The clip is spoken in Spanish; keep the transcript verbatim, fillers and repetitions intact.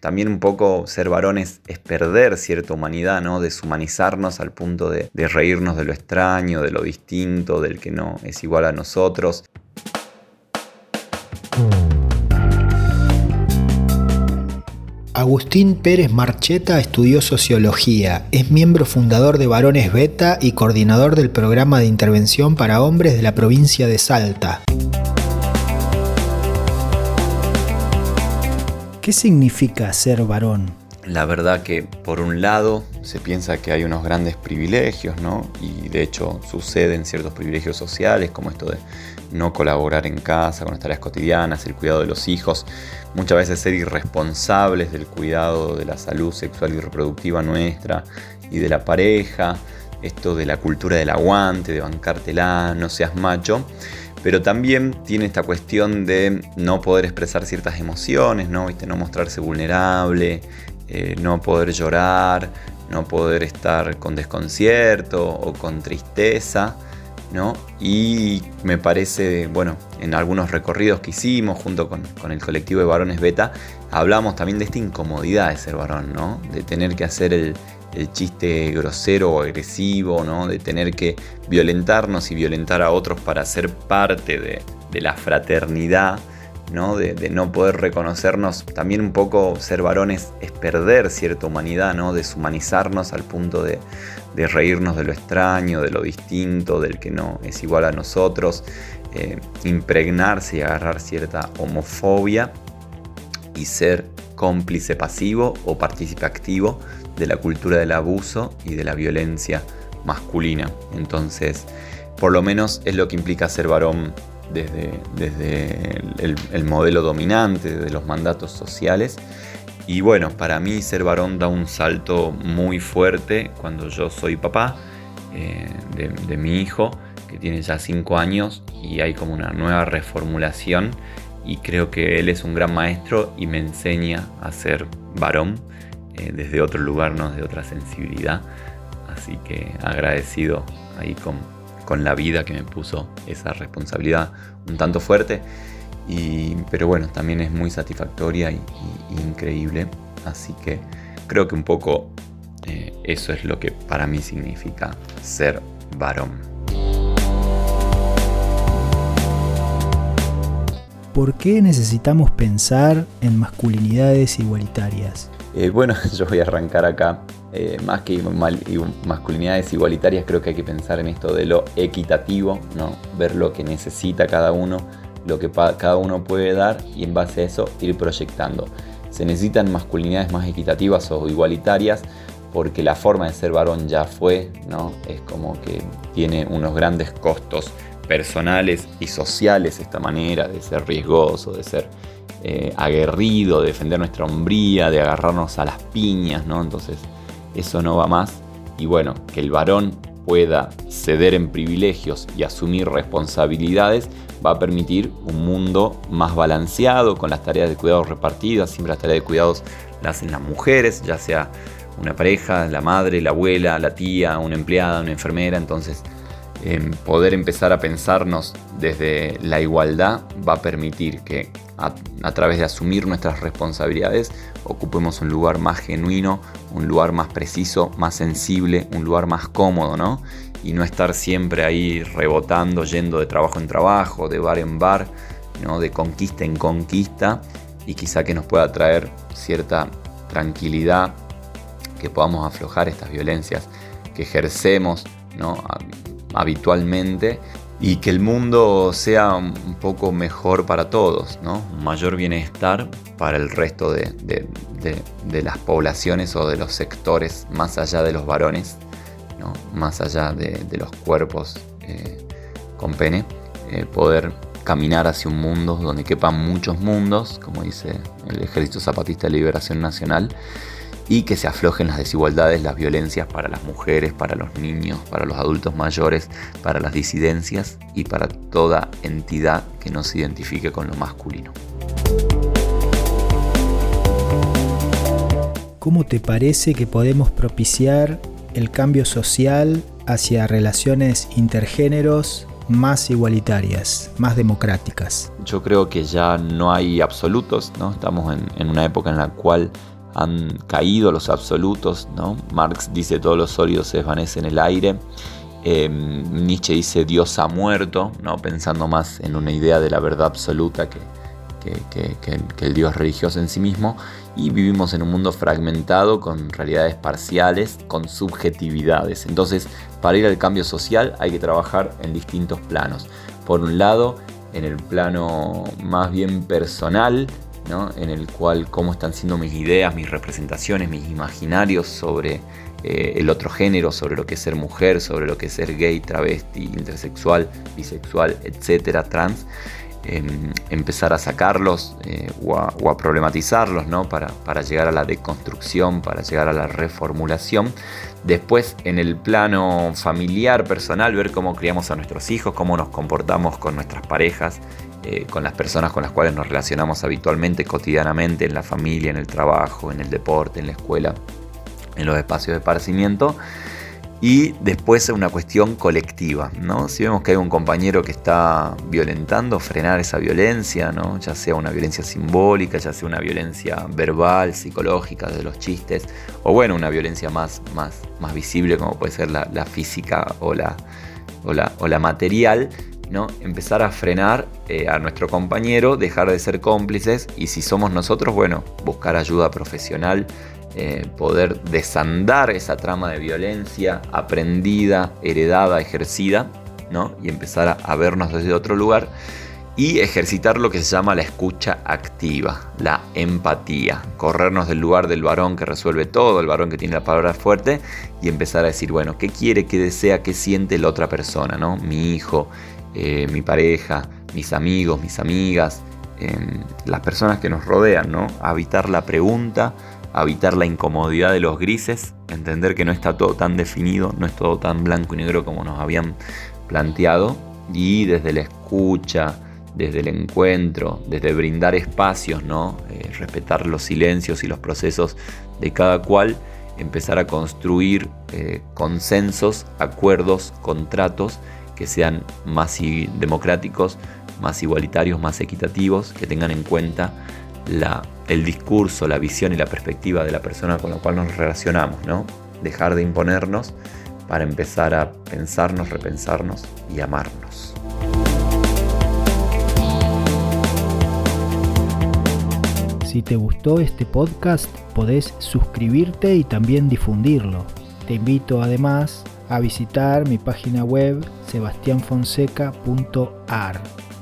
también un poco ser varones es perder cierta humanidad, ¿no? Deshumanizarnos al punto de, de reírnos de lo extraño, de lo distinto, del que no es igual a nosotros. Agustín Pérez Marcheta estudió sociología, es miembro fundador de Varones Beta y coordinador del programa de intervención para hombres de la provincia de Salta. ¿Qué significa ser varón? La verdad que por un lado se piensa que hay unos grandes privilegios, ¿no? Y de hecho suceden ciertos privilegios sociales, como esto de no colaborar en casa con las tareas cotidianas, el cuidado de los hijos, muchas veces ser irresponsables del cuidado de la salud sexual y reproductiva nuestra y de la pareja, esto de la cultura del aguante, de bancártela, no seas macho. Pero también tiene esta cuestión de no poder expresar ciertas emociones, ¿no? ¿Viste? No mostrarse vulnerable, eh, no poder llorar, no poder estar con desconcierto o con tristeza, ¿no? Y me parece, bueno, en algunos recorridos que hicimos junto con, con el colectivo de Varones Beta, hablamos también de esta incomodidad de ser varón, ¿no? De tener que hacer el, el chiste grosero o agresivo, ¿no? De tener que violentarnos y violentar a otros para ser parte de, de la fraternidad, ¿no? De, de no poder reconocernos. También un poco ser varones es perder cierta humanidad, ¿no? Deshumanizarnos al punto de, de reírnos de lo extraño, de lo distinto, del que no es igual a nosotros, eh, impregnarse y agarrar cierta homofobia y ser cómplice pasivo o partícipe activo de la cultura del abuso y de la violencia masculina. Entonces, por lo menos es lo que implica ser varón desde, desde el, el modelo dominante, de los mandatos sociales. Y bueno, para mí ser varón da un salto muy fuerte cuando yo soy papá eh, de, de mi hijo, que tiene ya cinco años, y hay como una nueva reformulación, y creo que él es un gran maestro y me enseña a ser varón eh, desde otro lugar, ¿no? Desde otra sensibilidad. Así que agradecido ahí con, con la vida que me puso esa responsabilidad un tanto fuerte. Y, pero bueno, también es muy satisfactoria y, y, y increíble. Así que creo que un poco eh, eso es lo que para mí significa ser varón. ¿Por qué necesitamos pensar en masculinidades igualitarias? Eh, bueno, yo voy a arrancar acá. Eh, más que mal, masculinidades igualitarias, creo que hay que pensar en esto de lo equitativo, ¿no? Ver lo que necesita cada uno, lo que pa- cada uno puede dar, y en base a eso ir proyectando. Se necesitan masculinidades más equitativas o igualitarias porque la forma de ser varón ya fue, ¿no? Es como que tiene unos grandes costos personales y sociales esta manera de ser riesgoso, de ser eh, aguerrido, de defender nuestra hombría, de agarrarnos a las piñas, ¿no? Entonces eso no va más. Y bueno, que el varón pueda ceder en privilegios y asumir responsabilidades va a permitir un mundo más balanceado, con las tareas de cuidados repartidas. Siempre las tareas de cuidados las hacen las mujeres, ya sea una pareja, la madre, la abuela, la tía, una empleada, una enfermera. Entonces eh, poder empezar a pensarnos desde la igualdad va a permitir que a, a través de asumir nuestras responsabilidades ocupemos un lugar más genuino, un lugar más preciso, más sensible, un lugar más cómodo, ¿no? Y no estar siempre ahí rebotando, yendo de trabajo en trabajo, de bar en bar, ¿no? De conquista en conquista, y quizá que nos pueda traer cierta tranquilidad, que podamos aflojar estas violencias que ejercemos, ¿no? habitualmente, y que el mundo sea un poco mejor para todos, ¿no? Un mayor bienestar para el resto de, de, de, de las poblaciones o de los sectores más allá de los varones, ¿no? Más allá de, de los cuerpos eh, con pene, eh, poder caminar hacia un mundo donde quepan muchos mundos, como dice el Ejército Zapatista de Liberación Nacional, y que se aflojen las desigualdades, las violencias para las mujeres, para los niños, para los adultos mayores, para las disidencias y para toda entidad que no se identifique con lo masculino. ¿Cómo te parece que podemos propiciar el cambio social hacia relaciones intergéneros más igualitarias, más democráticas? Yo creo que ya no hay absolutos, ¿no? Estamos en, en una época en la cual han caído los absolutos, ¿no? Marx dice todos los sólidos se desvanecen en el aire. Eh, Nietzsche dice Dios ha muerto, ¿no? Pensando más en una idea de la verdad absoluta que, que, que, que, que el Dios religioso en sí mismo. Y vivimos en un mundo fragmentado con realidades parciales, con subjetividades. Entonces, para ir al cambio social hay que trabajar en distintos planos. Por un lado, en el plano más bien personal, ¿no? En el cual cómo están siendo mis ideas, mis representaciones, mis imaginarios sobre eh, el otro género, sobre lo que es ser mujer, sobre lo que es ser gay, travesti, intersexual, bisexual, etcétera, trans. Eh, empezar a sacarlos eh, o, a, o a problematizarlos, ¿no? para, para llegar a la deconstrucción, para llegar a la reformulación. Después, en el plano familiar, personal, ver cómo criamos a nuestros hijos, cómo nos comportamos con nuestras parejas, eh, con las personas con las cuales nos relacionamos habitualmente, cotidianamente, en la familia, en el trabajo, en el deporte, en la escuela, en los espacios de esparcimiento. Y después una cuestión colectiva, ¿no? Si vemos que hay un compañero que está violentando, frenar esa violencia, ¿no? Ya sea una violencia simbólica, ya sea una violencia verbal, psicológica, de los chistes, o bueno, una violencia más, más, más visible como puede ser la, la física o la, o la, o la material, ¿no? Empezar a frenar eh, a nuestro compañero, dejar de ser cómplices y si somos nosotros, bueno, buscar ayuda profesional. Eh, poder desandar esa trama de violencia aprendida, heredada, ejercida, ¿no? Y empezar a, a vernos desde otro lugar y ejercitar lo que se llama la escucha activa, la empatía, corrernos del lugar del varón que resuelve todo, el varón que tiene la palabra fuerte y empezar a decir, bueno, ¿qué quiere, qué desea, qué siente la otra persona, ¿no? Mi hijo, eh, mi pareja, mis amigos, mis amigas, eh, las personas que nos rodean, ¿no? Habitar la pregunta, habitar la incomodidad de los grises, entender que no está todo tan definido, no es todo tan blanco y negro como nos habían planteado, y desde la escucha, desde el encuentro, desde brindar espacios, ¿no? Eh, respetar los silencios y los procesos de cada cual, empezar a construir eh, consensos, acuerdos, contratos que sean más democráticos, más igualitarios, más equitativos, que tengan en cuenta La, el discurso, la visión y la perspectiva de la persona con la cual nos relacionamos, ¿no? Dejar de imponernos para empezar a pensarnos, repensarnos y amarnos. Si te gustó este podcast, podés suscribirte y también difundirlo. Te invito además a visitar mi página web sebastian fonseca punto a r.